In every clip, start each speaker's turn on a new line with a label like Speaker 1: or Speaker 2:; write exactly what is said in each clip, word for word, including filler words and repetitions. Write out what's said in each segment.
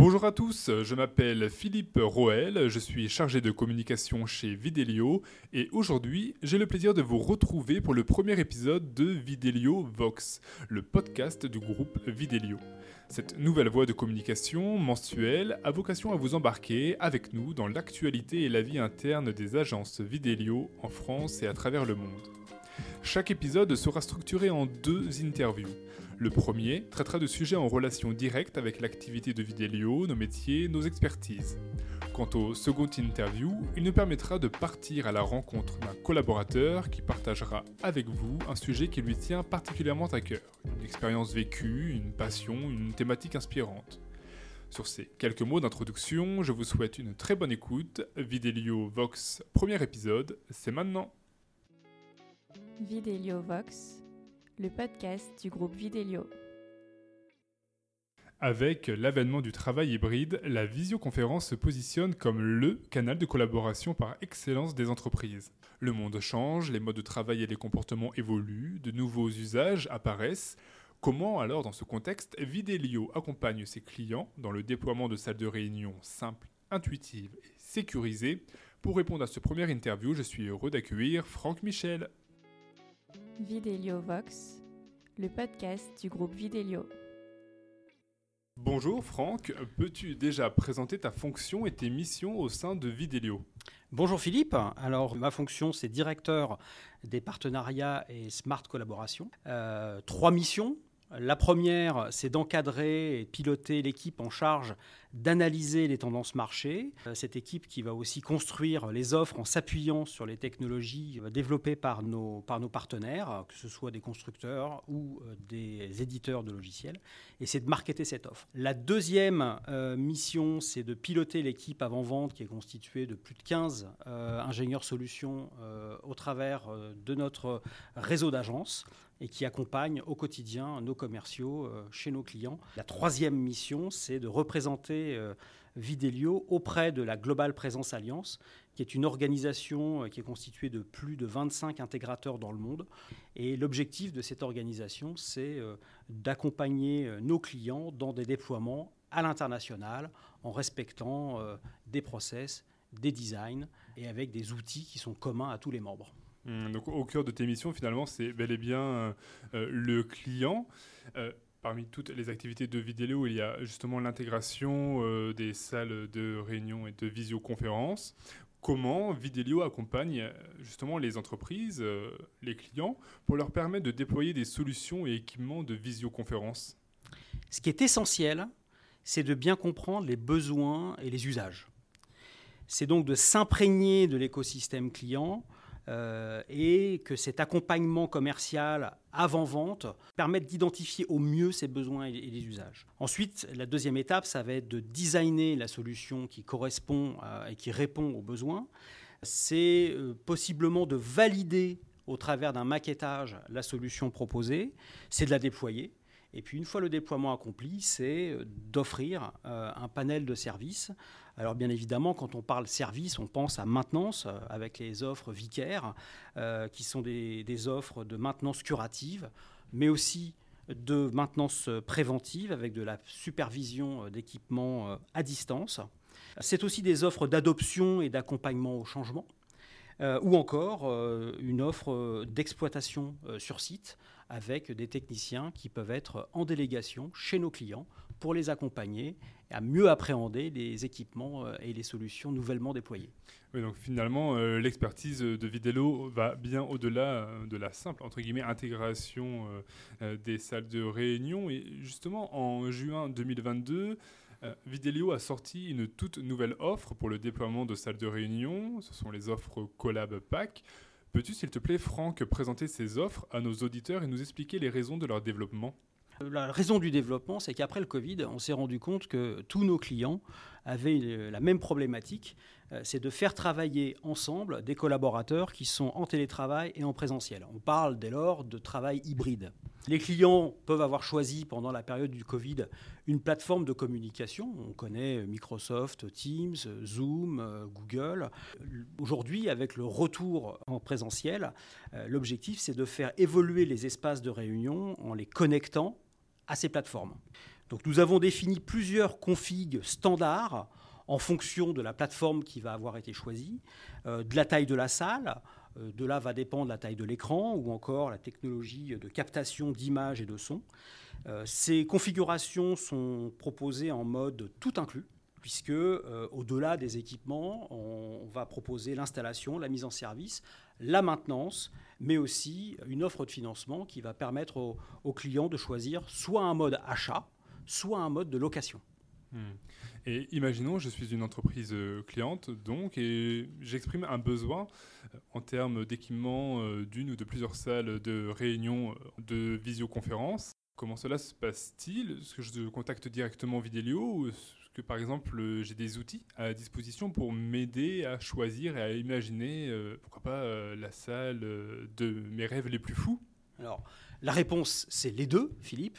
Speaker 1: Bonjour à tous, je m'appelle Philippe Roel, je suis chargé de communication chez Videlio et aujourd'hui j'ai le plaisir de vous retrouver pour le premier épisode de Videlio Vox, le podcast du groupe Videlio. Cette nouvelle voie de communication mensuelle a vocation à vous embarquer avec nous dans l'actualité et la vie interne des agences Videlio en France et à travers le monde. Chaque épisode sera structuré en deux interviews. Le premier traitera de sujets en relation directe avec l'activité de Videlio, nos métiers, nos expertises. Quant au second interview, il nous permettra de partir à la rencontre d'un collaborateur qui partagera avec vous un sujet qui lui tient particulièrement à cœur. Une expérience vécue, une passion, une thématique inspirante. Sur ces quelques mots d'introduction, je vous souhaite une très bonne écoute. Videlio Vox, premier épisode, c'est maintenant.
Speaker 2: Videlio Vox, le podcast du groupe Videlio.
Speaker 1: Avec l'avènement du travail hybride, la visioconférence se positionne comme le canal de collaboration par excellence des entreprises. Le monde change, les modes de travail et les comportements évoluent, de nouveaux usages apparaissent. Comment alors, dans ce contexte, Videlio accompagne ses clients dans le déploiement de salles de réunion simples, intuitives et sécurisées? Pour répondre à ce premier interview, je suis heureux d'accueillir Franck Michel.
Speaker 2: Videlio Vox, le podcast du groupe Videlio.
Speaker 1: Bonjour Franck, peux-tu déjà présenter ta fonction et tes missions au sein de Videlio ?
Speaker 3: Bonjour Philippe, alors ma fonction c'est directeur des partenariats et smart collaboration. Euh, trois missions. La première, c'est d'encadrer et de piloter l'équipe en charge d'analyser les tendances marché. Cette équipe qui va aussi construire les offres en s'appuyant sur les technologies développées par nos, par nos partenaires, que ce soit des constructeurs ou des éditeurs de logiciels, et c'est de marketer cette offre. La deuxième euh, mission, c'est de piloter l'équipe avant-vente qui est constituée de plus de quinze euh, ingénieurs solutions euh, au travers euh, de notre réseau d'agences, et qui accompagne au quotidien nos commerciaux euh, chez nos clients. La troisième mission, c'est de représenter euh, Videlio auprès de la Global Presence Alliance, qui est une organisation euh, qui est constituée de plus de vingt-cinq intégrateurs dans le monde. Et l'objectif de cette organisation, c'est euh, d'accompagner euh, nos clients dans des déploiements à l'international, en respectant euh, des process, des designs, et avec des outils qui sont communs à tous les membres.
Speaker 1: Donc au cœur de tes missions, finalement, c'est bel et bien euh, euh, le client. Euh, parmi toutes les activités de Videlio, il y a justement l'intégration euh, des salles de réunion et de visioconférence. Comment Videlio accompagne justement les entreprises, euh, les clients, pour leur permettre de déployer des solutions et équipements de visioconférence ?
Speaker 3: Ce qui est essentiel, c'est de bien comprendre les besoins et les usages. C'est donc de s'imprégner de l'écosystème client, Euh, et que cet accompagnement commercial avant-vente permette d'identifier au mieux ses besoins et, et les usages. Ensuite, la deuxième étape, ça va être de designer la solution qui correspond à, et qui répond aux besoins. C'est euh, possiblement de valider au travers d'un maquettage la solution proposée, c'est de la déployer. Et puis une fois le déploiement accompli, c'est d'offrir euh, un panel de services. Alors bien évidemment, quand on parle service, on pense à maintenance euh, avec les offres Vicaire, euh, qui sont des, des offres de maintenance curative, mais aussi de maintenance préventive avec de la supervision d'équipements euh, à distance. C'est aussi des offres d'adoption et d'accompagnement au changement. Euh, ou encore euh, une offre d'exploitation euh, sur site avec des techniciens qui peuvent être en délégation chez nos clients pour les accompagner à mieux appréhender les équipements euh, et les solutions nouvellement déployées.
Speaker 1: Oui, donc finalement, euh, l'expertise de Videlio va bien au-delà euh, de la simple, entre guillemets, intégration euh, euh, des salles de réunion. Et justement, en juin deux mille vingt-deux, Euh, Videlio a sorti une toute nouvelle offre pour le déploiement de salles de réunion. Ce sont les offres Collab Pack. Peux-tu, s'il te plaît, Franck, présenter ces offres à nos auditeurs et nous expliquer les raisons de leur développement ?
Speaker 3: La raison du développement, c'est qu'après le Covid, on s'est rendu compte que tous nos clients avaient la même problématique, c'est de faire travailler ensemble des collaborateurs qui sont en télétravail et en présentiel. On parle dès lors de travail hybride. Les clients peuvent avoir choisi pendant la période du Covid une plateforme de communication. On connaît Microsoft Teams, Zoom, Google. Aujourd'hui, avec le retour en présentiel, l'objectif, c'est de faire évoluer les espaces de réunion en les connectant à ces plateformes. Donc nous avons défini plusieurs configs standards en fonction de la plateforme qui va avoir été choisie, euh, de la taille de la salle. Euh, de là va dépendre la taille de l'écran ou encore la technologie de captation d'images et de son. Euh, ces configurations sont proposées en mode tout inclus, puisque euh, au-delà des équipements, on, on va proposer l'installation, la mise en service, la maintenance, mais aussi une offre de financement qui va permettre aux, aux clients de choisir soit un mode achat, soit un mode de location.
Speaker 1: Mmh. Et imaginons, je suis une entreprise cliente, donc, et j'exprime un besoin en termes d'équipement d'une ou de plusieurs salles de réunion, de visioconférence. Comment cela se passe-t-il? Est-ce que je contacte directement Videlio ou est-ce que, par exemple, j'ai des outils à disposition pour m'aider à choisir et à imaginer, euh, pourquoi pas, euh, la salle de mes rêves les plus fous?
Speaker 3: Alors, la réponse, c'est les deux, Philippe.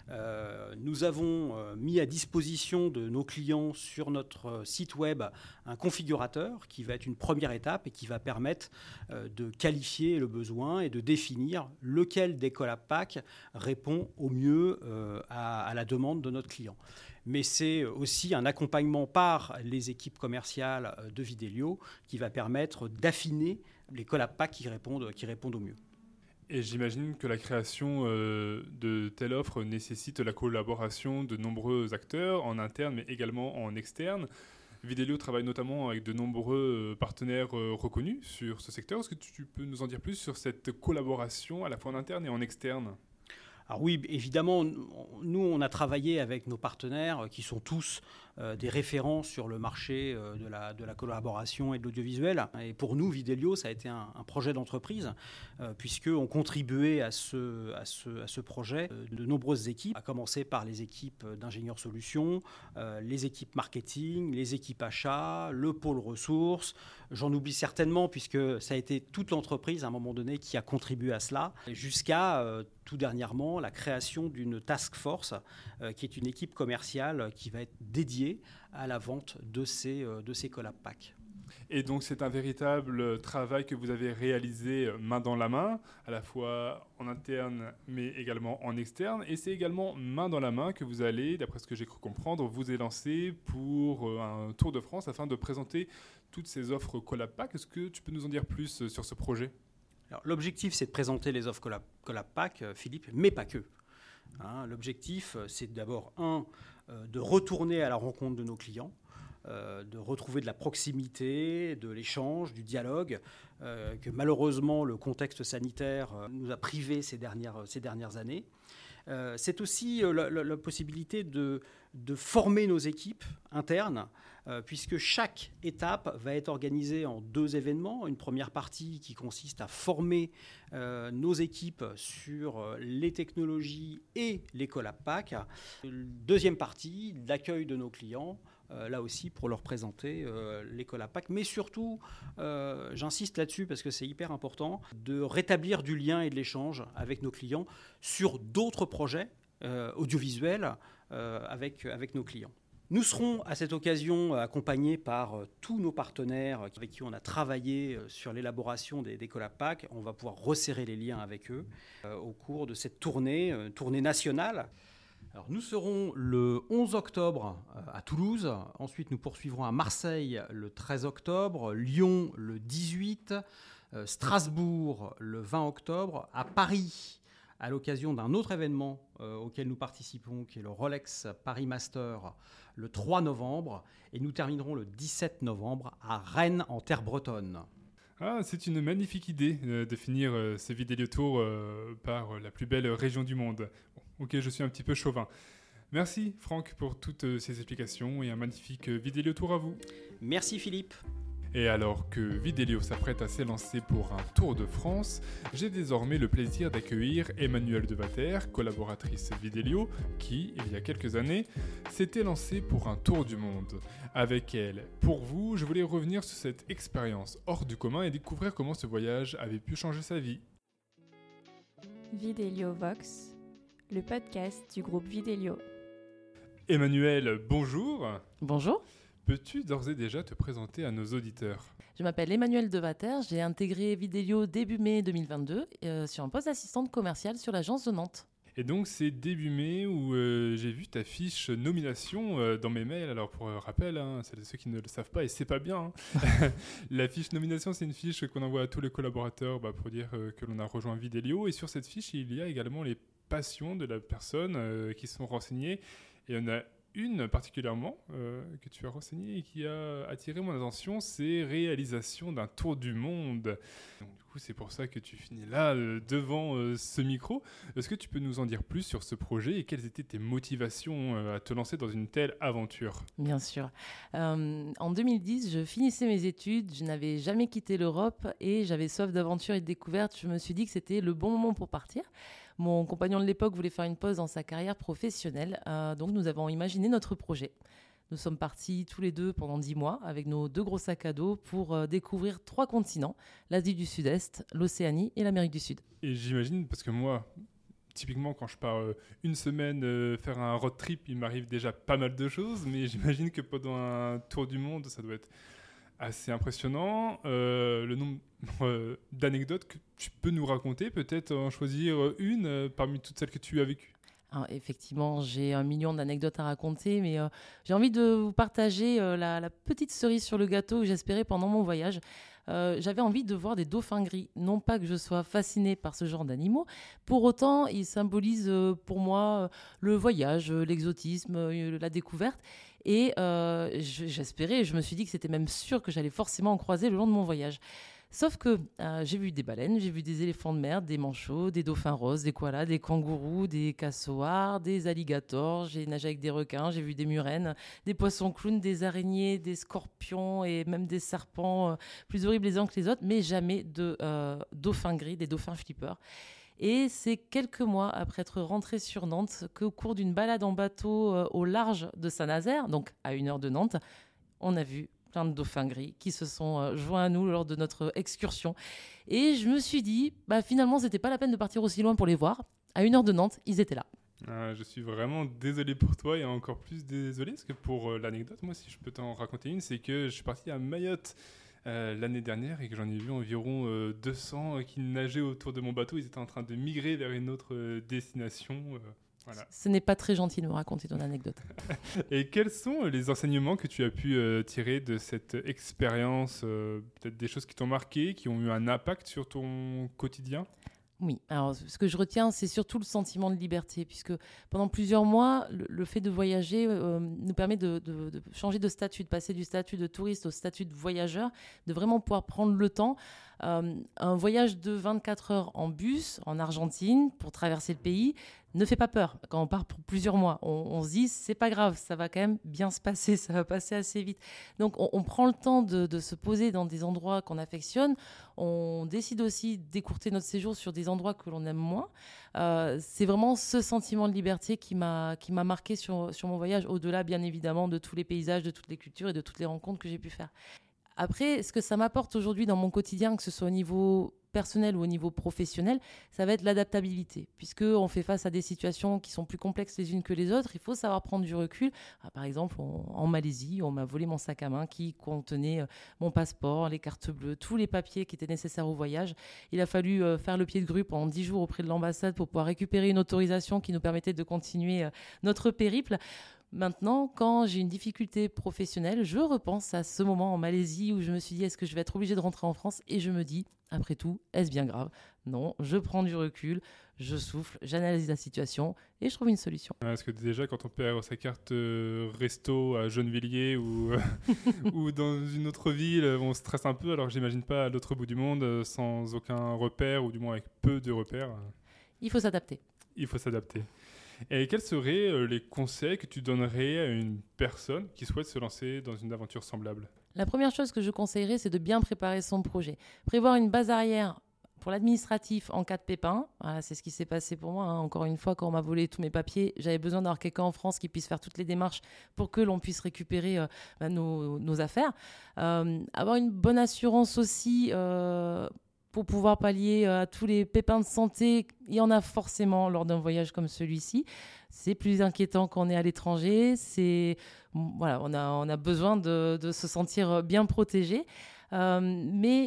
Speaker 3: Euh, nous avons euh, mis à disposition de nos clients sur notre euh, site web un configurateur qui va être une première étape et qui va permettre euh, de qualifier le besoin et de définir lequel des Collab Packs répond au mieux euh, à, à la demande de notre client. Mais c'est aussi un accompagnement par les équipes commerciales de Videlio qui va permettre d'affiner les Collab Packs qui répondent, qui répondent au mieux.
Speaker 1: Et j'imagine que la création euh, de telle offre nécessite la collaboration de nombreux acteurs, en interne mais également en externe. Videlio travaille notamment avec de nombreux partenaires euh, reconnus sur ce secteur. Est-ce que tu peux nous en dire plus sur cette collaboration à la fois en interne et en externe ?
Speaker 3: Alors oui, évidemment, nous, on a travaillé avec nos partenaires qui sont tous euh, des référents sur le marché euh, de, la, de la collaboration et de l'audiovisuel. Et pour nous, Videlio, ça a été un, un projet d'entreprise, euh, puisqu'on contribuait à ce, à ce, à ce projet euh, de nombreuses équipes, à commencer par les équipes d'ingénieurs solutions, euh, les équipes marketing, les équipes achats, le pôle ressources. J'en oublie certainement, puisque ça a été toute l'entreprise à un moment donné qui a contribué à cela, jusqu'à euh, tout dernièrement la création d'une task force euh, qui est une équipe commerciale qui va être dédiée à la vente de ces, euh, de ces Collab Packs.
Speaker 1: Et donc c'est un véritable travail que vous avez réalisé main dans la main, à la fois en interne mais également en externe. Et c'est également main dans la main que vous allez, d'après ce que j'ai cru comprendre, vous élancer pour un tour de France afin de présenter toutes ces offres Collab Packs. Est-ce que tu peux nous en dire plus sur ce projet ?
Speaker 3: Alors, l'objectif, c'est de présenter les offres Collab, Collab Packs, Philippe, mais pas que. Hein, l'objectif, c'est d'abord, un, euh, de retourner à la rencontre de nos clients, euh, de retrouver de la proximité, de l'échange, du dialogue, euh, que malheureusement, le contexte sanitaire euh, nous a privés ces dernières, ces dernières années. Euh, c'est aussi euh, la, la, la possibilité de, de former nos équipes internes, euh, puisque chaque étape va être organisée en deux événements. Une première partie qui consiste à former euh, nos équipes sur euh, les technologies et les Collab Packs. Deuxième partie, l'accueil de nos clients, euh, là aussi pour leur présenter euh, les Collab Packs, mais surtout, euh, j'insiste là-dessus parce que c'est hyper important, de rétablir du lien et de l'échange avec nos clients sur d'autres projets euh, audiovisuels euh, avec, avec nos clients. Nous serons à cette occasion accompagnés par euh, tous nos partenaires avec qui on a travaillé euh, sur l'élaboration des, des Collab Packs. On va pouvoir resserrer les liens avec eux euh, au cours de cette tournée, euh, tournée nationale. Alors, nous serons le onze octobre à Toulouse, ensuite nous poursuivrons à Marseille le treize octobre, Lyon le dix-huit, euh, Strasbourg le vingt octobre, à Paris à l'occasion d'un autre événement euh, auquel nous participons qui est le Rolex Paris Master le trois novembre et nous terminerons le dix-sept novembre à Rennes en terre bretonne.
Speaker 1: Ah, c'est une magnifique idée euh, de finir euh, ce Videlio Tour euh, par la plus belle région du monde. Bon, ok, je suis un petit peu chauvin. Merci Franck pour toutes euh, ces explications et un magnifique euh, Videlio Tour à vous.
Speaker 3: Merci Philippe.
Speaker 1: Et alors que Videlio s'apprête à s'élancer pour un tour de France, j'ai désormais le plaisir d'accueillir Emmanuelle Devater, collaboratrice Videlio, qui, il y a quelques années, s'était lancée pour un tour du monde. Avec elle, pour vous, je voulais revenir sur cette expérience hors du commun et découvrir comment ce voyage avait pu changer sa vie.
Speaker 2: Videlio Vox, le podcast du groupe Videlio.
Speaker 1: Emmanuelle, bonjour.
Speaker 4: Bonjour.
Speaker 1: Peux-tu d'ores et déjà te présenter à nos auditeurs ?
Speaker 4: Je m'appelle Emmanuelle Devater, j'ai intégré Videlio début mai deux mille vingt-deux euh, sur un poste d'assistante commerciale sur l'agence de Nantes.
Speaker 1: Et donc, c'est début mai où euh, j'ai vu ta fiche nomination euh, dans mes mails. Alors, pour euh, rappel, hein, c'est ceux qui ne le savent pas, et c'est pas bien. Hein. La fiche nomination, c'est une fiche qu'on envoie à tous les collaborateurs bah, pour dire euh, que l'on a rejoint Vidélio. Et sur cette fiche, il y a également les passions de la personne euh, qui sont renseignées. Et on a une particulièrement euh, que tu as renseignée et qui a attiré mon attention, c'est réalisation d'un tour du monde. Donc, du coup, c'est pour ça que tu finis là, euh, devant euh, ce micro. Est-ce que tu peux nous en dire plus sur ce projet et quelles étaient tes motivations euh, à te lancer dans une telle aventure ?
Speaker 4: Bien sûr. Euh, en deux mille dix, je finissais mes études, je n'avais jamais quitté l'Europe et j'avais soif d'aventure et de découverte. Je me suis dit que c'était le bon moment pour partir. Mon compagnon de l'époque voulait faire une pause dans sa carrière professionnelle, euh, donc nous avons imaginé notre projet. Nous sommes partis tous les deux pendant dix mois avec nos deux gros sacs à dos pour euh, découvrir trois continents, l'Asie du Sud-Est, l'Océanie et l'Amérique du Sud.
Speaker 1: Et j'imagine, parce que moi, typiquement quand je pars euh, une semaine euh, faire un road trip, il m'arrive déjà pas mal de choses, mais j'imagine que pendant un tour du monde, ça doit être assez impressionnant. Euh, le nombre euh, d'anecdotes que tu peux nous raconter, peut-être en choisir une euh, parmi toutes celles que tu as vécues.
Speaker 4: Alors, effectivement, j'ai un million d'anecdotes à raconter, mais euh, j'ai envie de vous partager euh, la, la petite cerise sur le gâteau que j'espérais pendant mon voyage. Euh, j'avais envie de voir des dauphins gris. Non pas que je sois fascinée par ce genre d'animaux, pour autant, ils symbolisent euh, pour moi euh, le voyage, euh, l'exotisme, euh, la découverte. Et euh, je, j'espérais, je me suis dit que c'était même sûr que j'allais forcément en croiser le long de mon voyage. Sauf que euh, j'ai vu des baleines, j'ai vu des éléphants de mer, des manchots, des dauphins roses, des koalas, des kangourous, des cassoars, des alligators, j'ai nagé avec des requins, j'ai vu des murènes, des poissons clowns, des araignées, des scorpions et même des serpents euh, plus horribles les uns que les autres, mais jamais de euh, dauphins gris, des dauphins flippers. Et c'est quelques mois après être rentrée sur Nantes qu'au cours d'une balade en bateau euh, au large de Saint-Nazaire, donc à une heure de Nantes, on a vu plein de dauphins gris qui se sont euh, joints à nous lors de notre excursion. Et je me suis dit, bah, finalement, c'était pas la peine de partir aussi loin pour les voir. À une heure de Nantes, ils étaient là.
Speaker 1: Euh, je suis vraiment désolé pour toi et encore plus désolé parce que pour euh, l'anecdote, moi si je peux t'en raconter une, c'est que je suis parti à Mayotte euh, l'année dernière et que j'en ai vu environ euh, deux cents euh, qui nageaient autour de mon bateau. Ils étaient en train de migrer vers une autre euh, destination. Euh, voilà.
Speaker 4: Ce n'est pas très gentil de me raconter ton anecdote.
Speaker 1: Et quels sont les enseignements que tu as pu euh, tirer de cette expérience, euh, peut-être des choses qui t'ont marqué, qui ont eu un impact sur ton quotidien ?
Speaker 4: Oui, alors ce que je retiens, c'est surtout le sentiment de liberté, puisque pendant plusieurs mois, le, le fait de voyager euh, nous permet de, de, de changer de statut, de passer du statut de touriste au statut de voyageur, de vraiment pouvoir prendre le temps. Euh, un voyage de vingt-quatre heures en bus en Argentine pour traverser le pays ne fait pas peur quand on part pour plusieurs mois. On, on se dit, c'est pas grave, ça va quand même bien se passer, ça va passer assez vite. Donc on, on prend le temps de, de se poser dans des endroits qu'on affectionne. On décide aussi d'écourter notre séjour sur des endroits que l'on aime moins. Euh, c'est vraiment ce sentiment de liberté qui m'a, qui m'a marqué sur, sur mon voyage, au-delà bien évidemment de tous les paysages, de toutes les cultures et de toutes les rencontres que j'ai pu faire. Après, ce que ça m'apporte aujourd'hui dans mon quotidien, que ce soit au niveau personnel ou au niveau professionnel, ça va être l'adaptabilité. Puisqu'on fait face à des situations qui sont plus complexes les unes que les autres, il faut savoir prendre du recul. Ah, par exemple, on, en Malaisie, on m'a volé mon sac à main qui contenait euh, mon passeport, les cartes bleues, tous les papiers qui étaient nécessaires au voyage. Il a fallu euh, faire le pied de grue pendant dix jours auprès de l'ambassade pour pouvoir récupérer une autorisation qui nous permettait de continuer euh, notre périple. Maintenant, quand j'ai une difficulté professionnelle, je repense à ce moment en Malaisie où je me suis dit, est-ce que je vais être obligée de rentrer en France ? Et je me dis, après tout, est-ce bien grave ? Non, je prends du recul, je souffle, j'analyse la situation et je trouve une solution.
Speaker 1: Parce que déjà, quand on perd sa carte euh, resto à Gennevilliers ou, euh, ou dans une autre ville, on stresse un peu. Alors, j'imagine pas à l'autre bout du monde euh, sans aucun repère ou du moins avec peu de repères.
Speaker 4: Il faut s'adapter.
Speaker 1: Il faut s'adapter. Et quels seraient euh, les conseils que tu donnerais à une personne qui souhaite se lancer dans une aventure semblable ?
Speaker 4: La première chose que je conseillerais, c'est de bien préparer son projet. Prévoir une base arrière pour l'administratif en cas de pépin. Voilà, c'est ce qui s'est passé pour moi. Hein. Encore une fois, quand on m'a volé tous mes papiers, j'avais besoin d'avoir quelqu'un en France qui puisse faire toutes les démarches pour que l'on puisse récupérer euh, bah, nos, nos affaires. Euh, avoir une bonne assurance aussi euh, pour pouvoir pallier à tous les pépins de santé. Il y en a forcément lors d'un voyage comme celui-ci. C'est plus inquiétant quand on est à l'étranger. C'est, voilà, on a, on a besoin de, de se sentir bien protégé. Euh, mais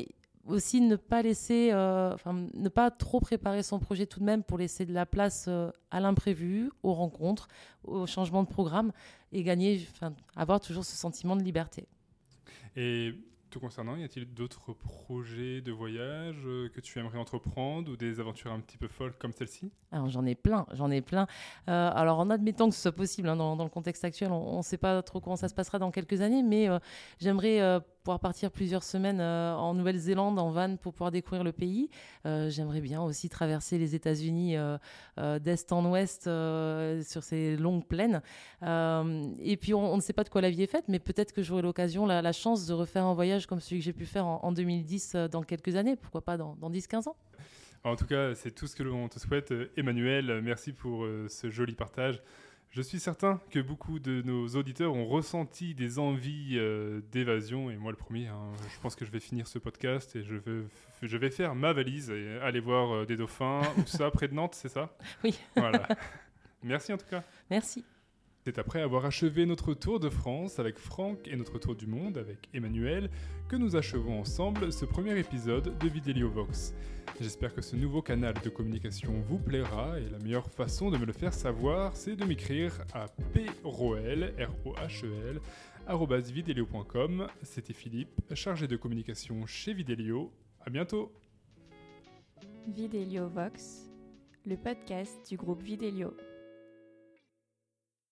Speaker 4: aussi ne pas laisser, euh, enfin, ne pas trop préparer son projet tout de même pour laisser de la place euh, à l'imprévu, aux rencontres, aux changements de programme et gagner, enfin, avoir toujours ce sentiment de liberté.
Speaker 1: Et te concernant, y a-t-il d'autres projets de voyage euh, que tu aimerais entreprendre ou des aventures un petit peu folles comme celle-ci ?
Speaker 4: Alors j'en ai plein, j'en ai plein. Euh, alors en admettant que ce soit possible, hein, dans, dans le contexte actuel, on ne sait pas trop comment ça se passera dans quelques années, mais euh, j'aimerais euh, pouvoir partir plusieurs semaines euh, en Nouvelle-Zélande en van pour pouvoir découvrir le pays. Euh, j'aimerais bien aussi traverser les États-Unis euh, euh, d'est en ouest euh, sur ces longues plaines. Euh, et puis on, on ne sait pas de quoi la vie est faite, mais peut-être que j'aurai l'occasion, la, la chance de refaire un voyage comme celui que j'ai pu faire en, en deux mille dix euh, dans quelques années, pourquoi pas dans, dans dix quinze ans.
Speaker 1: En tout cas, c'est tout ce que l'on te souhaite, Emmanuel. Merci pour euh, ce joli partage. Je suis certain que beaucoup de nos auditeurs ont ressenti des envies euh, d'évasion, et moi le premier. Hein, je pense que je vais finir ce podcast et je vais, je vais faire ma valise et aller voir euh, des dauphins, ou ça, près de Nantes, c'est ça ?
Speaker 4: Oui.
Speaker 1: Voilà. Merci en tout cas.
Speaker 4: Merci.
Speaker 1: C'est après avoir achevé notre tour de France avec Franck et notre tour du monde avec Emmanuel que nous achevons ensemble ce premier épisode de Videlio Vox. J'espère que ce nouveau canal de communication vous plaira et la meilleure façon de me le faire savoir, c'est de m'écrire à proel, R O H E L, arobase videlio point com. C'était Philippe, chargé de communication chez Videlio. À bientôt.
Speaker 2: Videlio Vox, le podcast du groupe Videlio.